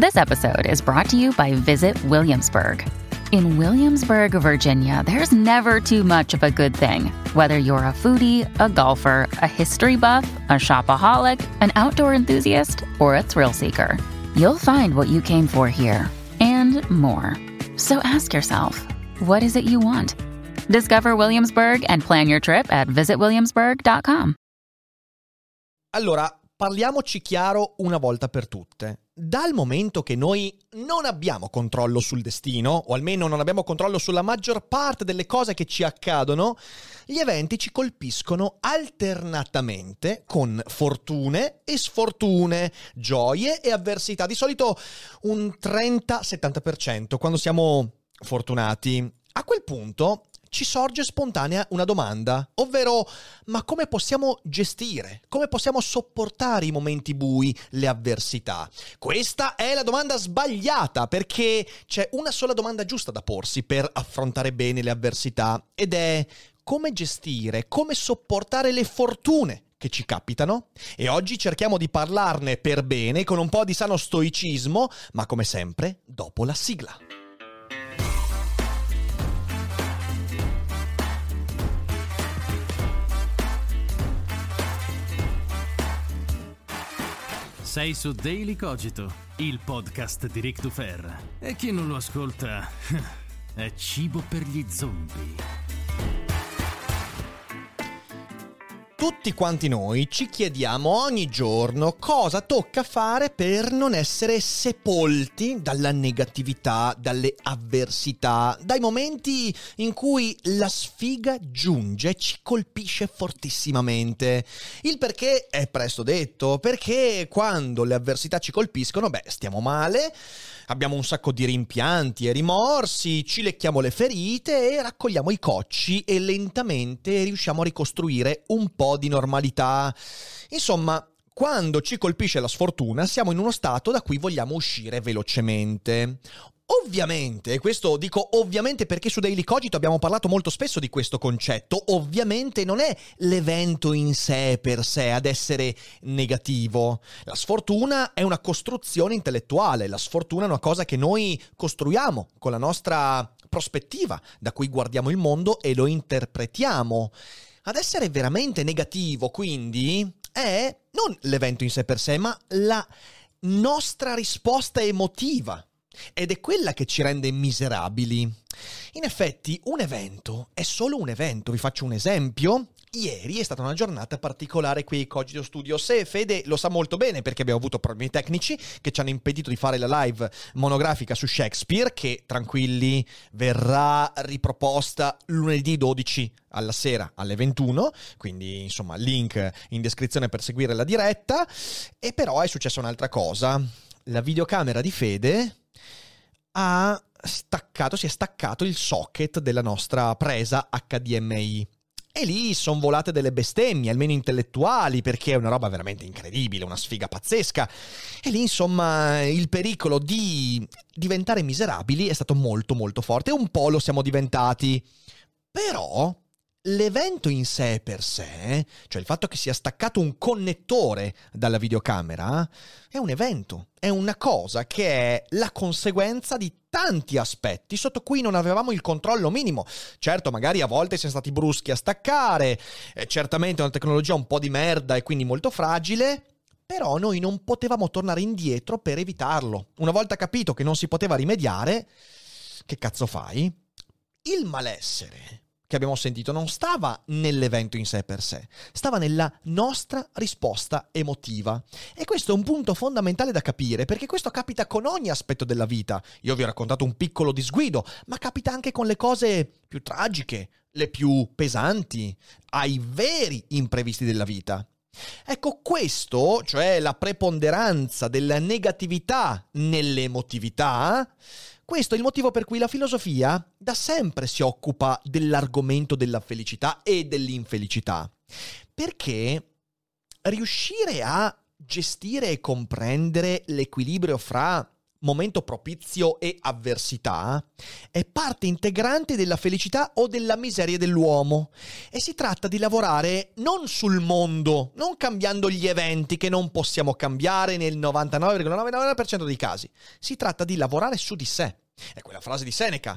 This episode is brought to you by Visit Williamsburg. In Williamsburg, Virginia, there's never too much of a good thing. Whether you're a foodie, a golfer, a history buff, a shopaholic, an outdoor enthusiast, or a thrill seeker, you'll find what you came for here and more. So ask yourself, what is it you want? Discover Williamsburg and plan your trip at visitwilliamsburg.com. Allora, parliamoci chiaro una volta per tutte. Dal momento che noi non abbiamo controllo sul destino, o almeno non abbiamo controllo sulla maggior parte delle cose che ci accadono, gli eventi ci colpiscono alternatamente con fortune e sfortune, gioie e avversità. Di solito un 30-70% quando siamo fortunati. A quel punto ci sorge spontanea una domanda, ovvero: ma come possiamo gestire, come possiamo sopportare i momenti bui, le avversità? Questa è la domanda sbagliata, perché c'è una sola domanda giusta da porsi per affrontare bene le avversità, ed è: come gestire, come sopportare le fortune che ci capitano? E oggi cerchiamo di parlarne per bene, con un po' di sano stoicismo, ma come sempre dopo la sigla. Sei su Daily Cogito, il podcast di Ric Dufer. E chi non lo ascolta è cibo per gli zombie. Tutti quanti noi ci chiediamo ogni giorno cosa tocca fare per non essere sepolti dalla negatività, dalle avversità, dai momenti in cui la sfiga giunge e ci colpisce fortissimamente. Il perché è presto detto, perché quando le avversità ci colpiscono, stiamo male, abbiamo un sacco di rimpianti e rimorsi, ci lecchiamo le ferite e raccogliamo i cocci e lentamente riusciamo a ricostruire un po' di normalità. Insomma, quando ci colpisce la sfortuna siamo in uno stato da cui vogliamo uscire velocemente. Ovviamente, e questo dico ovviamente perché su Daily Cogito abbiamo parlato molto spesso di questo concetto, ovviamente non è l'evento in sé per sé ad essere negativo. La sfortuna è una costruzione intellettuale, la sfortuna è una cosa che noi costruiamo con la nostra prospettiva, da cui guardiamo il mondo e lo interpretiamo. Ad essere veramente negativo, quindi, è non l'evento in sé per sé, ma la nostra risposta emotiva. Ed è quella che ci rende miserabili. In effetti, un evento è solo un evento. Vi faccio un esempio. Ieri è stata una giornata particolare qui a Cogito Studios e Fede lo sa molto bene perché abbiamo avuto problemi tecnici che ci hanno impedito di fare la live monografica su Shakespeare, che, tranquilli, verrà riproposta lunedì 12 alla sera alle 21, quindi insomma link in descrizione per seguire la diretta. E però è successa un'altra cosa. La videocamera di Fede si è staccato il socket della nostra presa HDMI. E lì sono volate delle bestemmie, almeno intellettuali, perché è una roba veramente incredibile, una sfiga pazzesca. E lì, insomma, il pericolo di diventare miserabili è stato molto molto forte, e un po' lo siamo diventati. Però l'evento in sé per sé, cioè il fatto che sia staccato un connettore dalla videocamera, è un evento, è una cosa che è la conseguenza di tanti aspetti sotto cui non avevamo il controllo minimo. Certo, magari a volte siamo stati bruschi a staccare, certamente è una tecnologia un po' di merda e quindi molto fragile, però noi non potevamo tornare indietro per evitarlo. Una volta capito che non si poteva rimediare, che cazzo fai? Il malessere che abbiamo sentito non stava nell'evento in sé per sé, stava nella nostra risposta emotiva. E questo è un punto fondamentale da capire, perché questo capita con ogni aspetto della vita. Io vi ho raccontato un piccolo disguido, ma capita anche con le cose più tragiche, le più pesanti, ai veri imprevisti della vita. Ecco, questo, cioè la preponderanza della negatività nell'emotività, questo è il motivo per cui la filosofia da sempre si occupa dell'argomento della felicità e dell'infelicità. Perché riuscire a gestire e comprendere l'equilibrio fra momento propizio e avversità, è parte integrante della felicità o della miseria dell'uomo. E si tratta di lavorare non sul mondo, non cambiando gli eventi che non possiamo cambiare nel 99,99% dei casi. Si tratta di lavorare su di sé. È quella frase di Seneca,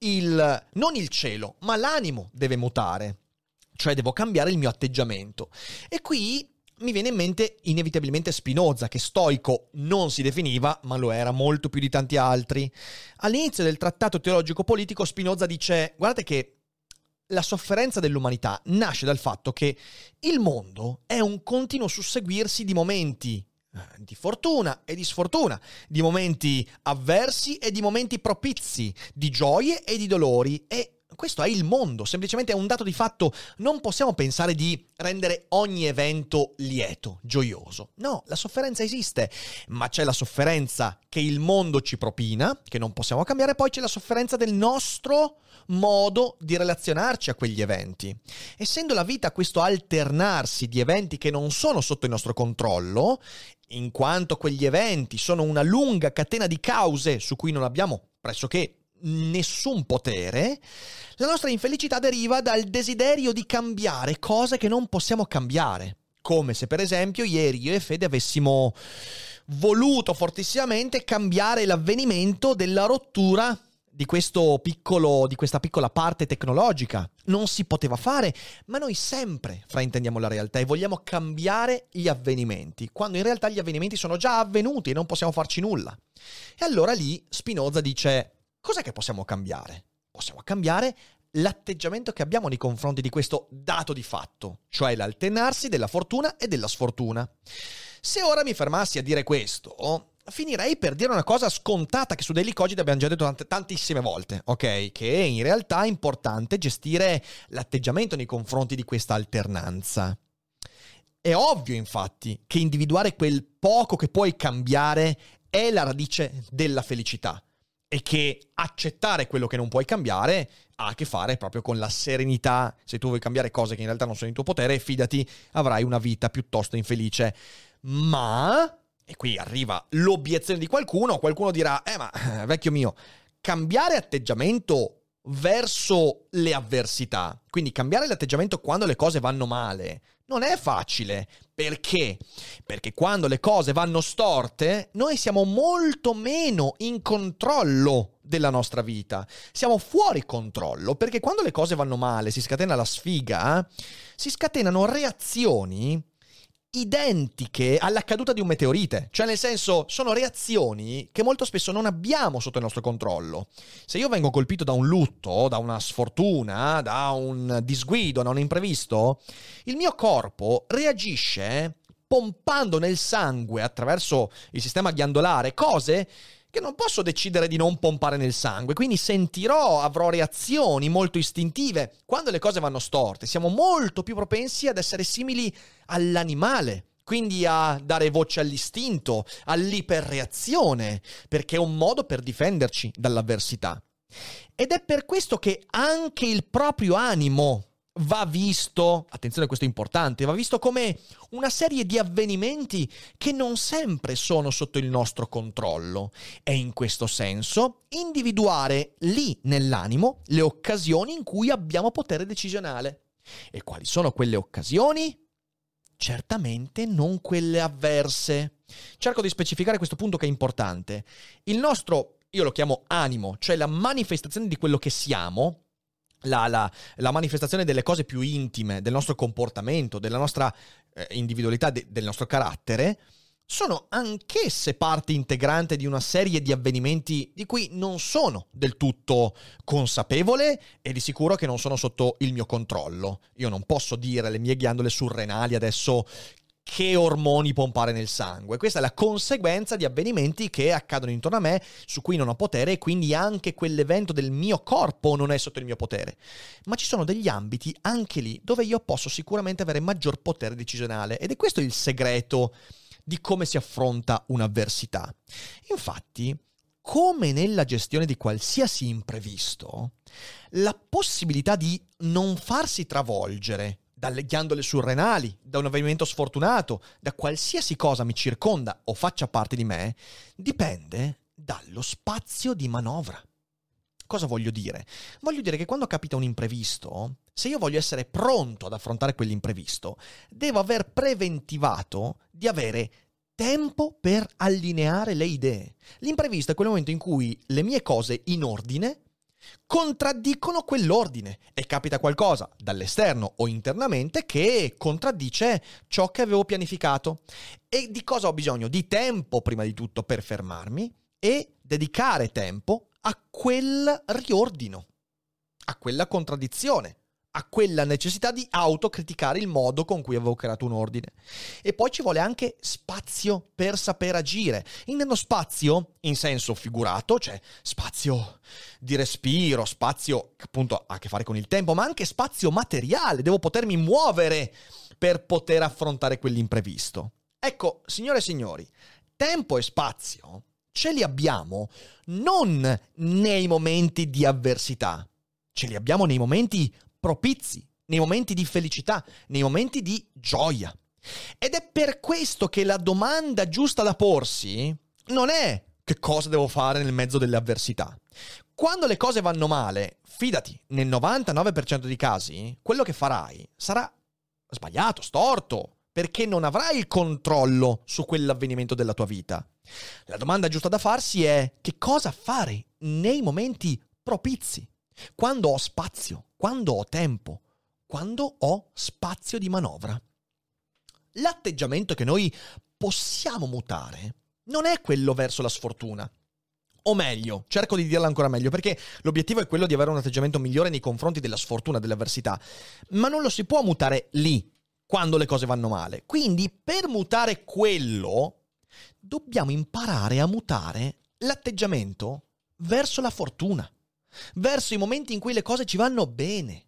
non il cielo, ma l'animo deve mutare. Cioè devo cambiare il mio atteggiamento. E qui mi viene in mente inevitabilmente Spinoza, che stoico non si definiva, ma lo era molto più di tanti altri. All'inizio del trattato teologico-politico Spinoza dice: guardate che la sofferenza dell'umanità nasce dal fatto che il mondo è un continuo susseguirsi di momenti di fortuna e di sfortuna, di momenti avversi e di momenti propizi, di gioie e di dolori, e questo è il mondo, semplicemente è un dato di fatto. Non possiamo pensare di rendere ogni evento lieto, gioioso. No, la sofferenza esiste, ma c'è la sofferenza che il mondo ci propina, che non possiamo cambiare, poi c'è la sofferenza del nostro modo di relazionarci a quegli eventi. Essendo la vita questo alternarsi di eventi che non sono sotto il nostro controllo, in quanto quegli eventi sono una lunga catena di cause su cui non abbiamo pressoché nessun potere, la nostra infelicità deriva dal desiderio di cambiare cose che non possiamo cambiare. Come se per esempio ieri io e Fede avessimo voluto fortissimamente cambiare l'avvenimento della rottura di questa piccola parte tecnologica. Non si poteva fare, ma noi sempre fraintendiamo la realtà e vogliamo cambiare gli avvenimenti, quando in realtà gli avvenimenti sono già avvenuti e non possiamo farci nulla. E allora lì Spinoza dice: cos'è che possiamo cambiare? Possiamo cambiare l'atteggiamento che abbiamo nei confronti di questo dato di fatto, cioè l'alternarsi della fortuna e della sfortuna. Se ora mi fermassi a dire questo, finirei per dire una cosa scontata che su Daily Cogito abbiamo già detto tantissime volte, ok? Che in realtà è importante gestire l'atteggiamento nei confronti di questa alternanza. È ovvio, infatti, che individuare quel poco che puoi cambiare è la radice della felicità. E che accettare quello che non puoi cambiare ha a che fare proprio con la serenità. Se tu vuoi cambiare cose che in realtà non sono in tuo potere, fidati, avrai una vita piuttosto infelice. Ma, e qui arriva l'obiezione di qualcuno dirà: ma vecchio mio, cambiare atteggiamento verso le avversità, quindi cambiare l'atteggiamento quando le cose vanno male, non è facile. Perché? Perché quando le cose vanno storte, noi siamo molto meno in controllo della nostra vita. Siamo fuori controllo, perché quando le cose vanno male, si scatena la sfiga, si scatenano reazioni identiche alla caduta di un meteorite. Cioè, nel senso, sono reazioni che molto spesso non abbiamo sotto il nostro controllo. Se io vengo colpito da un lutto, da una sfortuna, da un disguido, da un imprevisto, il mio corpo reagisce pompando nel sangue attraverso il sistema ghiandolare cose che non posso decidere di non pompare nel sangue, quindi avrò reazioni molto istintive. Quando le cose vanno storte, siamo molto più propensi ad essere simili all'animale, quindi a dare voce all'istinto, all'iperreazione, perché è un modo per difenderci dall'avversità. Ed è per questo che anche il proprio animo va visto, attenzione, questo è importante, va visto come una serie di avvenimenti che non sempre sono sotto il nostro controllo. E in questo senso individuare lì nell'animo le occasioni in cui abbiamo potere decisionale. E quali sono quelle occasioni? Certamente non quelle avverse. Cerco di specificare questo punto che è importante. Il nostro, io lo chiamo animo, cioè la manifestazione di quello che siamo, la manifestazione delle cose più intime, del nostro comportamento, della nostra individualità, del nostro carattere, sono anch'esse parte integrante di una serie di avvenimenti di cui non sono del tutto consapevole e di sicuro che non sono sotto il mio controllo. Io non posso dire alle mie ghiandole surrenali adesso che ormoni pompare nel sangue. Questa è la conseguenza di avvenimenti che accadono intorno a me, su cui non ho potere, e quindi anche quell'evento del mio corpo non è sotto il mio potere. Ma ci sono degli ambiti anche lì dove io posso sicuramente avere maggior potere decisionale, ed è questo il segreto di come si affronta un'avversità. Infatti, come nella gestione di qualsiasi imprevisto, la possibilità di non farsi travolgere dalle ghiandole surrenali, da un avvenimento sfortunato, da qualsiasi cosa mi circonda o faccia parte di me, dipende dallo spazio di manovra. Cosa voglio dire? Voglio dire che quando capita un imprevisto, se io voglio essere pronto ad affrontare quell'imprevisto, devo aver preventivato di avere tempo per allineare le idee. L'imprevisto è quel momento in cui le mie cose in ordine contraddicono quell'ordine e capita qualcosa dall'esterno o internamente che contraddice ciò che avevo pianificato. E di cosa ho bisogno? Di tempo prima di tutto per fermarmi e dedicare tempo a quel riordino, a quella contraddizione, a quella necessità di autocriticare il modo con cui avevo creato un ordine. E poi ci vuole anche spazio per saper agire. Intendo spazio in senso figurato, cioè spazio di respiro, spazio che appunto ha a che fare con il tempo, ma anche spazio materiale. Devo potermi muovere per poter affrontare quell'imprevisto. Ecco, signore e signori, tempo e spazio ce li abbiamo non nei momenti di avversità, ce li abbiamo nei momenti propizi, nei momenti di felicità, nei momenti di gioia. Ed è per questo che la domanda giusta da porsi non è che cosa devo fare nel mezzo delle avversità. Quando le cose vanno male, fidati, nel 99% dei casi, quello che farai sarà sbagliato, storto, perché non avrai il controllo su quell'avvenimento della tua vita. La domanda giusta da farsi è: che cosa fare nei momenti propizi? Quando ho spazio, quando ho tempo, quando ho spazio di manovra. L'atteggiamento che noi possiamo mutare non è quello verso la sfortuna. O meglio, cerco di dirla ancora meglio, perché l'obiettivo è quello di avere un atteggiamento migliore nei confronti della sfortuna, dell'avversità, ma non lo si può mutare lì, quando le cose vanno male. Quindi, per mutare quello, dobbiamo imparare a mutare l'atteggiamento verso la fortuna, verso i momenti in cui le cose ci vanno bene.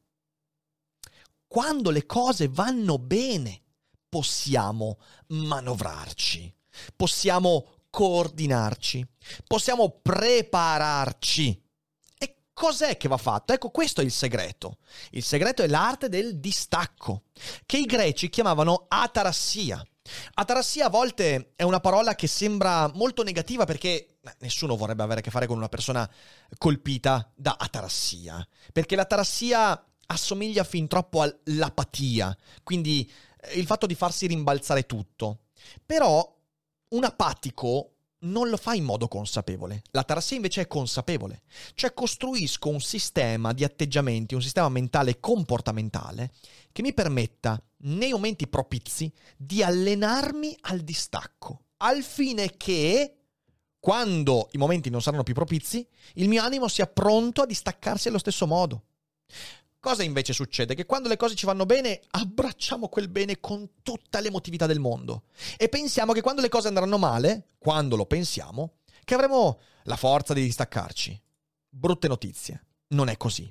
Quando le cose vanno bene, possiamo manovrarci, possiamo coordinarci, possiamo prepararci. E cos'è che va fatto? Ecco, questo è il segreto. Il segreto è l'arte del distacco, che i greci chiamavano atarassia. Atarassia a volte è una parola che sembra molto negativa perché nessuno vorrebbe avere a che fare con una persona colpita da atarassia, perché l'atarassia assomiglia fin troppo all'apatia, quindi il fatto di farsi rimbalzare tutto. Però un apatico non lo fa in modo consapevole. L'atarassia invece è consapevole. Cioè costruisco un sistema di atteggiamenti, un sistema mentale e comportamentale che mi permetta, nei momenti propizi, di allenarmi al distacco, al fine che, quando i momenti non saranno più propizi, il mio animo sia pronto a distaccarsi allo stesso modo. Cosa invece succede? Che quando le cose ci vanno bene, abbracciamo quel bene con tutta l'emotività del mondo. E pensiamo che quando le cose andranno male, quando lo pensiamo, che avremo la forza di distaccarci. Brutte notizie. Non è così.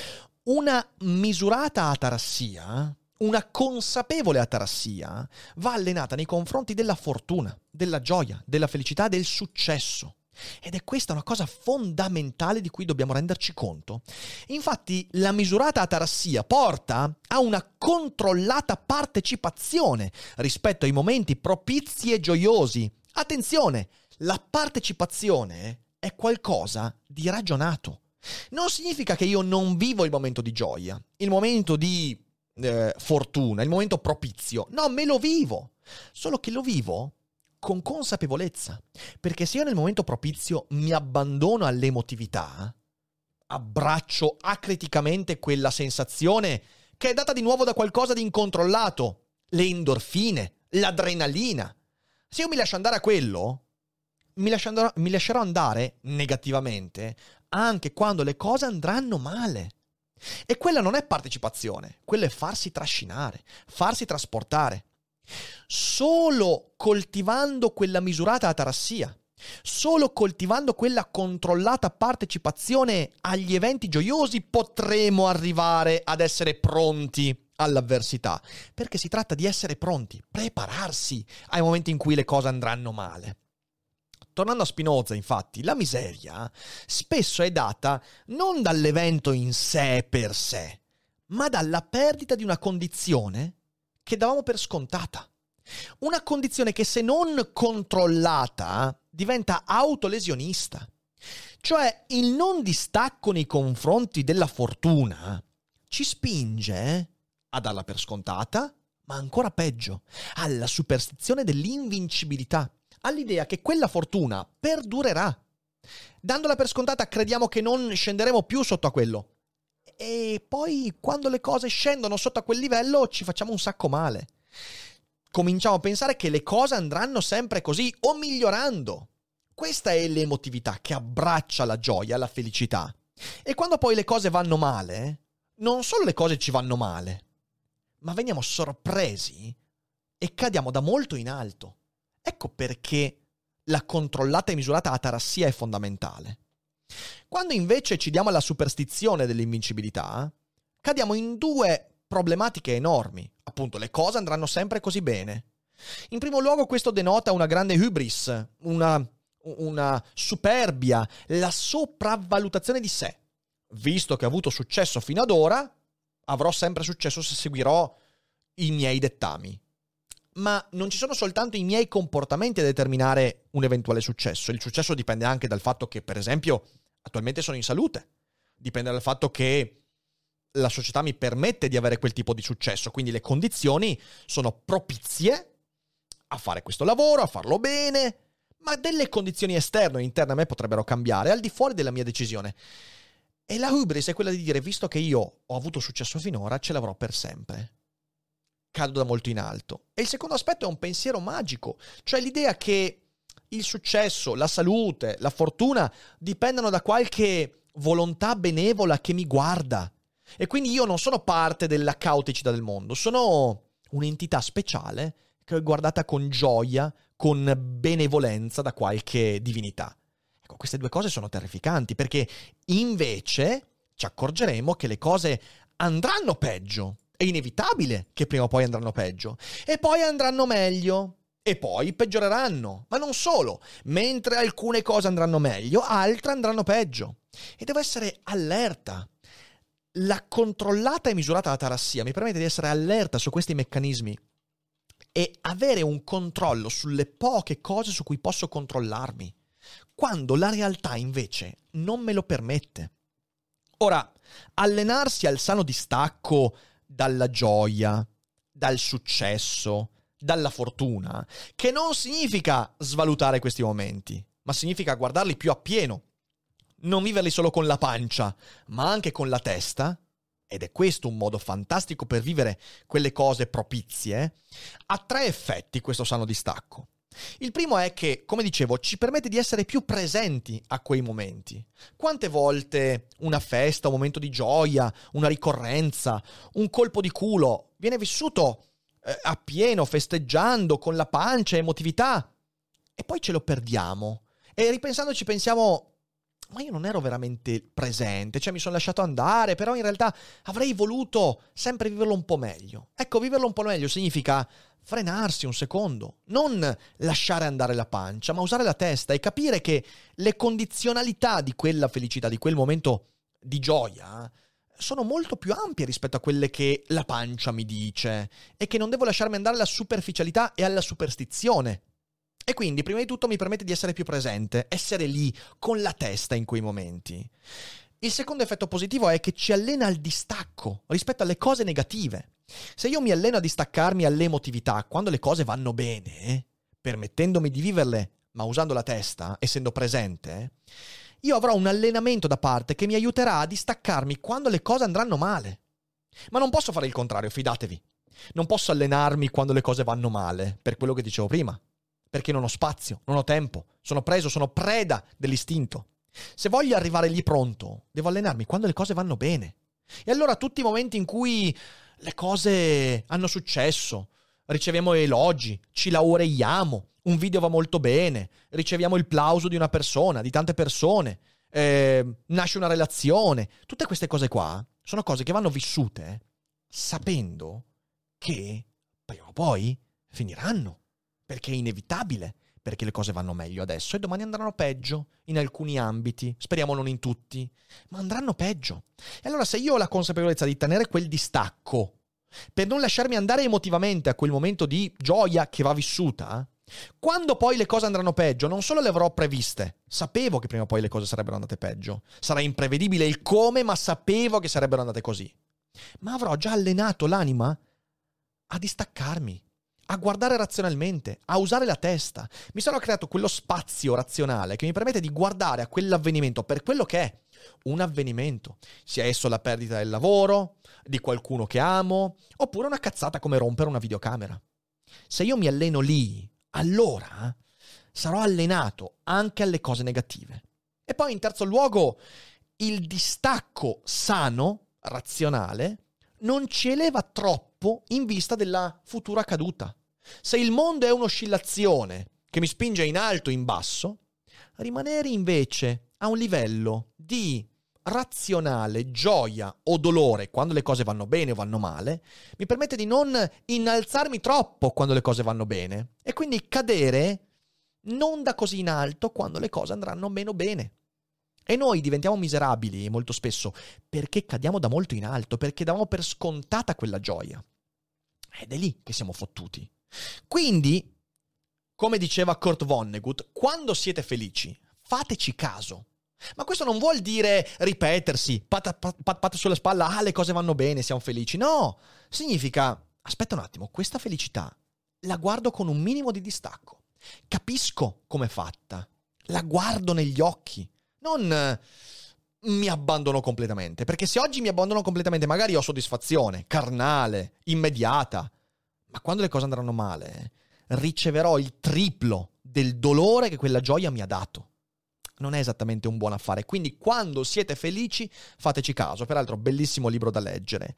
Una misurata atarassia, una consapevole atarassia, va allenata nei confronti della fortuna, della gioia, della felicità, del successo. Ed è questa una cosa fondamentale di cui dobbiamo renderci conto. Infatti, la misurata atarassia porta a una controllata partecipazione rispetto ai momenti propizi e gioiosi. Attenzione, la partecipazione è qualcosa di ragionato. Non significa che io non vivo il momento di gioia, il momento di fortuna, il momento propizio. No, me lo vivo. Solo che lo vivo con consapevolezza, perché se io nel momento propizio mi abbandono all'emotività, abbraccio acriticamente quella sensazione che è data di nuovo da qualcosa di incontrollato, le endorfine, l'adrenalina. Se io mi lascio andare a quello, mi lascerò andare negativamente anche quando le cose andranno male. E quella non è partecipazione, quello è farsi trascinare, farsi trasportare. Solo coltivando quella misurata atarassia, solo coltivando quella controllata partecipazione agli eventi gioiosi potremo arrivare ad essere pronti all'avversità, perché si tratta di essere pronti, prepararsi ai momenti in cui le cose andranno male. Tornando a Spinoza, infatti, la miseria spesso è data non dall'evento in sé per sé, ma dalla perdita di una condizione che davamo per scontata. Una condizione che, se non controllata, diventa autolesionista. Cioè, il non distacco nei confronti della fortuna ci spinge a darla per scontata, ma ancora peggio, alla superstizione dell'invincibilità, all'idea che quella fortuna perdurerà. Dandola per scontata crediamo che non scenderemo più sotto a quello. E poi, quando le cose scendono sotto a quel livello, ci facciamo un sacco male. Cominciamo a pensare che le cose andranno sempre così o migliorando. Questa è l'emotività che abbraccia la gioia, la felicità. E quando poi le cose vanno male, non solo le cose ci vanno male, ma veniamo sorpresi e cadiamo da molto in alto. Ecco perché la controllata e misurata atarassia è fondamentale. Quando invece ci diamo alla superstizione dell'invincibilità, cadiamo in due problematiche enormi. Appunto, le cose andranno sempre così bene. In primo luogo, questo denota una grande hubris, una superbia, la sopravvalutazione di sé. Visto che ho avuto successo fino ad ora, avrò sempre successo se seguirò i miei dettami. Ma non ci sono soltanto i miei comportamenti a determinare un eventuale successo. Il successo dipende anche dal fatto che, per esempio, attualmente sono in salute. Dipende dal fatto che la società mi permette di avere quel tipo di successo. Quindi le condizioni sono propizie a fare questo lavoro, a farlo bene, ma delle condizioni esterne o interne a me potrebbero cambiare al di fuori della mia decisione. E la hubris è quella di dire, visto che io ho avuto successo finora, ce l'avrò per sempre. Cado da molto in alto. E il secondo aspetto è un pensiero magico, cioè l'idea che il successo, la salute, la fortuna dipendano da qualche volontà benevola che mi guarda. E quindi io non sono parte della caoticità del mondo, sono un'entità speciale che è guardata con gioia, con benevolenza da qualche divinità. Ecco, queste due cose sono terrificanti, perché invece ci accorgeremo che le cose andranno peggio. È inevitabile che prima o poi andranno peggio. E poi andranno meglio. E poi peggioreranno. Ma non solo. Mentre alcune cose andranno meglio, altre andranno peggio. E devo essere allerta. La controllata e misurata atarassia mi permette di essere allerta su questi meccanismi e avere un controllo sulle poche cose su cui posso controllarmi, quando la realtà invece non me lo permette. Ora, allenarsi al sano distacco dalla gioia, dal successo, dalla fortuna, che non significa svalutare questi momenti, ma significa guardarli più appieno, non viverli solo con la pancia, ma anche con la testa, ed è questo un modo fantastico per vivere quelle cose propizie, ha tre effetti questo sano distacco. Il primo è che, come dicevo, ci permette di essere più presenti a quei momenti. Quante volte una festa, un momento di gioia, una ricorrenza, un colpo di culo viene vissuto appieno, festeggiando, con la pancia, emotività, e poi ce lo perdiamo. E ripensandoci pensiamo, ma io non ero veramente presente, cioè mi sono lasciato andare, però in realtà avrei voluto sempre viverlo un po' meglio. Ecco, viverlo un po' meglio significa frenarsi un secondo, non lasciare andare la pancia, ma usare la testa e capire che le condizionalità di quella felicità, di quel momento di gioia, sono molto più ampie rispetto a quelle che la pancia mi dice e che non devo lasciarmi andare alla superficialità e alla superstizione. E quindi, prima di tutto, mi permette di essere più presente, essere lì, con la testa in quei momenti. Il secondo effetto positivo è che ci allena al distacco rispetto alle cose negative. Se io mi alleno a distaccarmi all'emotività quando le cose vanno bene, permettendomi di viverle, ma usando la testa, essendo presente, io avrò un allenamento da parte che mi aiuterà a distaccarmi quando le cose andranno male. Ma non posso fare il contrario, fidatevi. Non posso allenarmi quando le cose vanno male, per quello che dicevo prima. Perché non ho spazio, non ho tempo, sono preso, sono preda dell'istinto. Se voglio arrivare lì pronto, devo allenarmi quando le cose vanno bene. E allora tutti i momenti in cui le cose hanno successo, riceviamo elogi, ci laureiamo, un video va molto bene, riceviamo il plauso di una persona, di tante persone, nasce una relazione, tutte queste cose qua sono cose che vanno vissute sapendo che prima o poi finiranno. Perché è inevitabile, perché le cose vanno meglio adesso e domani andranno peggio in alcuni ambiti, speriamo non in tutti, ma andranno peggio. E allora se io ho la consapevolezza di tenere quel distacco per non lasciarmi andare emotivamente a quel momento di gioia che va vissuta, quando poi le cose andranno peggio, non solo le avrò previste, sapevo che prima o poi le cose sarebbero andate peggio, sarà imprevedibile il come, ma sapevo che sarebbero andate così, ma avrò già allenato l'anima a distaccarmi, a guardare razionalmente, a usare la testa. Mi sarò creato quello spazio razionale che mi permette di guardare a quell'avvenimento per quello che è, un avvenimento, sia esso la perdita del lavoro, di qualcuno che amo, oppure una cazzata come rompere una videocamera. Se io mi alleno lì, allora sarò allenato anche alle cose negative. E poi in terzo luogo, il distacco sano, razionale, non ci eleva troppo in vista della futura caduta. Se il mondo è un'oscillazione che mi spinge in alto o in basso, rimanere invece a un livello di razionale gioia o dolore quando le cose vanno bene o vanno male, mi permette di non innalzarmi troppo quando le cose vanno bene e quindi cadere non da così in alto quando le cose andranno meno bene. E noi diventiamo miserabili molto spesso perché cadiamo da molto in alto, perché diamo per scontata quella gioia. Ed è lì che siamo fottuti. Quindi, come diceva Kurt Vonnegut, quando siete felici, fateci caso. Ma questo non vuol dire ripetersi, pat sulla spalla, le cose vanno bene, siamo felici. No, significa, aspetta un attimo, questa felicità la guardo con un minimo di distacco. Capisco com'è fatta, la guardo negli occhi. Non mi abbandono completamente, perché se oggi mi abbandono completamente magari ho soddisfazione, carnale, immediata, ma quando le cose andranno male riceverò il triplo del dolore che quella gioia mi ha dato. Non è esattamente un buon affare, quindi quando siete felici fateci caso, peraltro bellissimo libro da leggere.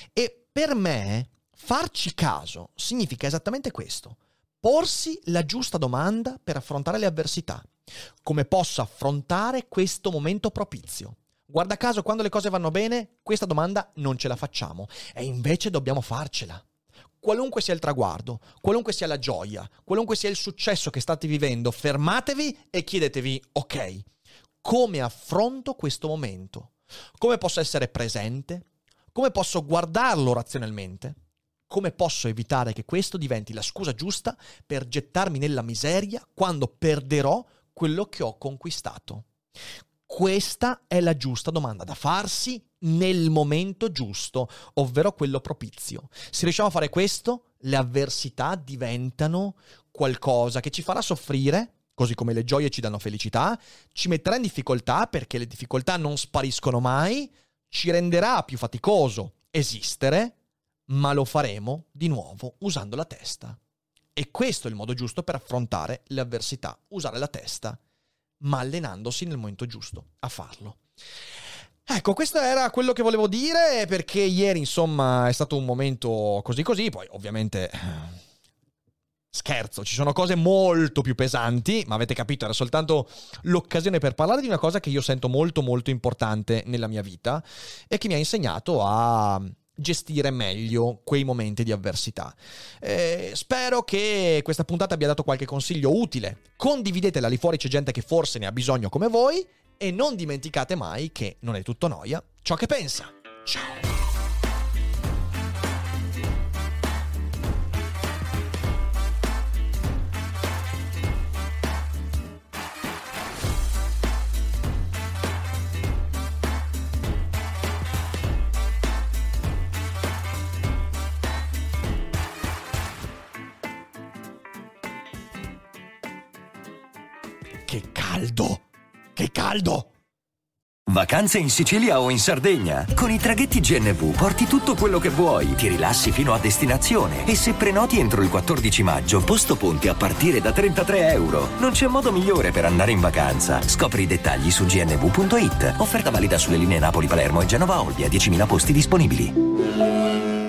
E per me farci caso significa esattamente questo, porsi la giusta domanda per affrontare le avversità. Come posso affrontare questo momento propizio? Guarda caso, quando le cose vanno bene, questa domanda non ce la facciamo e invece dobbiamo farcela. Qualunque sia il traguardo, qualunque sia la gioia, qualunque sia il successo che state vivendo, fermatevi e chiedetevi, ok, come affronto questo momento? Come posso essere presente? Come posso guardarlo razionalmente? Come posso evitare che questo diventi la scusa giusta per gettarmi nella miseria quando perderò quello che ho conquistato? Questa è la giusta domanda da farsi nel momento giusto, ovvero quello propizio. Se riusciamo a fare questo, le avversità diventano qualcosa che ci farà soffrire, così come le gioie ci danno felicità, ci metterà in difficoltà perché le difficoltà non spariscono mai, ci renderà più faticoso esistere, ma lo faremo di nuovo usando la testa. E questo è il modo giusto per affrontare le avversità, usare la testa, ma allenandosi nel momento giusto a farlo. Ecco, questo era quello che volevo dire, perché ieri, insomma, è stato un momento così, poi ovviamente scherzo, ci sono cose molto più pesanti, ma avete capito, era soltanto l'occasione per parlare di una cosa che io sento molto molto importante nella mia vita e che mi ha insegnato a gestire meglio quei momenti di avversità. Spero che questa puntata abbia dato qualche consiglio utile. Condividetela, lì fuori c'è gente che forse ne ha bisogno come voi e non dimenticate mai che non è tutto noia ciò che pensa. Ciao! Che caldo! Che caldo! Vacanze in Sicilia o in Sardegna? Con i traghetti GNV porti tutto quello che vuoi, ti rilassi fino a destinazione e se prenoti entro il 14 maggio, posto ponti a partire da €33. Non c'è modo migliore per andare in vacanza. Scopri i dettagli su gnv.it. Offerta valida sulle linee Napoli-Palermo e Genova-Olbia, 10.000 posti disponibili.